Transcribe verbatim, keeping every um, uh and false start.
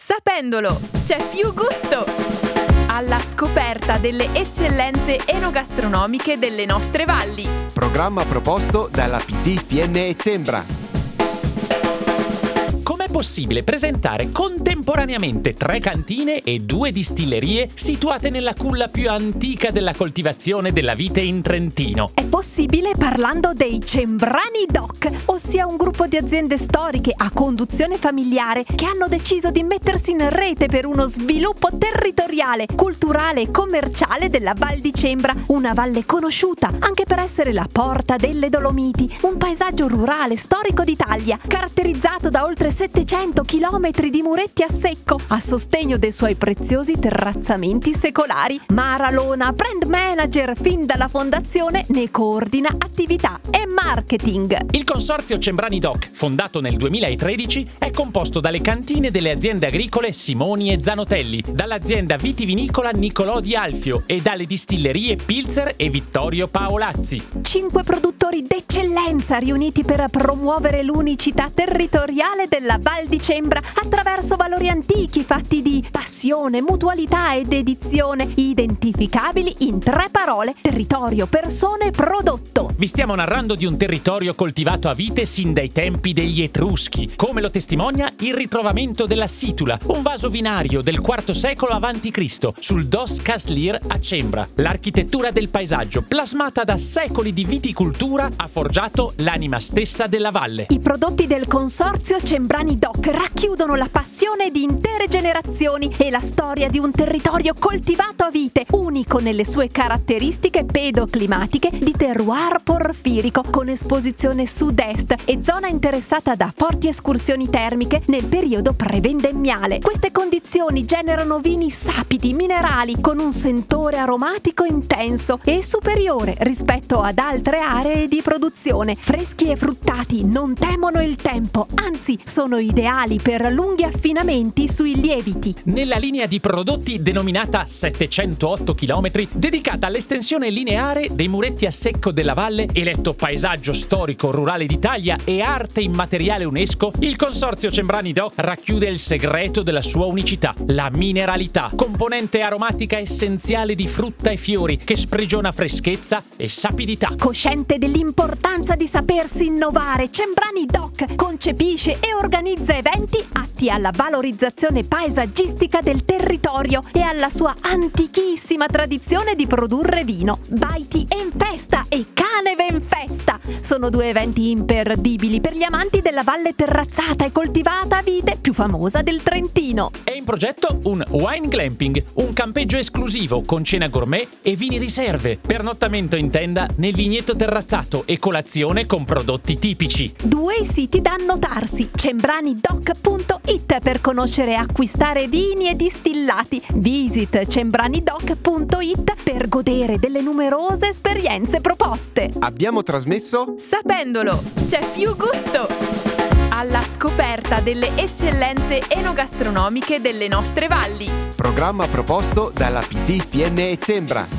Sapendolo, c'è più gusto! Alla scoperta delle eccellenze enogastronomiche delle nostre valli. Programma proposto dalla P T F N E Cembra. Com'è possibile presentare contemporaneamente tre cantine e due distillerie situate nella culla più antica della coltivazione della vite in Trentino? È possibile parlando dei Cembrani Doc, ossia un gruppo di aziende storiche a conduzione familiare che hanno deciso di mettersi in rete per uno sviluppo territoriale, culturale e commerciale della Val di Cembra, una valle conosciuta anche per essere la porta delle Dolomiti, un paesaggio rurale storico d'Italia, caratterizzato da oltre settecento chilometri di muretti a secco, a sostegno dei suoi preziosi terrazzamenti secolari. Mara Lona, brand manager fin dalla fondazione, ne coordina attività e marketing. Il consorzio Cembrani Doc, fondato nel duemilatredici, è composto dalle cantine delle aziende agricole Simoni e Zanotelli, dall'azienda vitivinicola Niccolò di Alfio e dalle distillerie Pilzer e Vittorio Paolazzi. Cinque produttori d'eccellenza riuniti per promuovere l'unicità territoriale della Val di Cembra attraverso valori antichi fatti di passione, mutualità ed dedizione, identificabili in tre parole: territorio, persone, prodotto. Vi stiamo narrando di un territorio coltivato a vite sin dai tempi degli Etruschi, come lo testimonia il ritrovamento della situla, un vaso vinario del quarto secolo avanti Cristo sul Dos Caslir a Cembra. L'architettura del paesaggio, plasmata da secoli di viticoltura, ha forgiato l'anima stessa della valle. I prodotti del consorzio Cembrani Doc racchiudono la passione di intere generazioni e la storia di un territorio coltivato a vite, unico nelle sue caratteristiche pedoclimatiche di terroir porfirico, con esposizione sud-est e zona interessata da forti escursioni termiche nel periodo prevendemmiale. Queste condizioni generano vini sapidi, minerali, con un sentore aromatico intenso e superiore rispetto ad altre aree di produzione. Freschi e fruttati, non temono il tempo, anzi sono ideali per lunghi affinamenti sui lieviti. Nella linea di prodotti denominata settecentootto chilometri, dedicata all'estensione lineare dei muretti a secco della valle, eletto paesaggio storico rurale d'Italia e arte immateriale UNESCO, il consorzio Cembrani Doc racchiude il segreto della sua unicità: la mineralità, componente aromatica essenziale di frutta e fiori che sprigiona freschezza e sapidità. Cosciente dell'importanza di sapersi innovare, Cembrani Doc concepisce e organizza eventi atti alla valorizzazione paesaggistica del territorio e alla sua antichissima tradizione di produrre vino. Baiti en Festa e Caneve en Festa sono due eventi imperdibili per gli amanti della valle terrazzata e coltivata a vite più famosa del Trentino. È in progetto un wine glamping, un campeggio esclusivo con cena gourmet e vini riserve, pernottamento in tenda nel vigneto terrazzato e colazione con prodotti tipici. Due siti da annotarsi: cembranidoc punto it per conoscere e acquistare vini e distillati, visit cembranidoc punto it per godere delle numerose esperienze proposte. Abbiamo trasmesso Sapendolo, c'è più gusto! Alla scoperta delle eccellenze enogastronomiche delle nostre valli. programma proposto dalla P T F N E Cembra.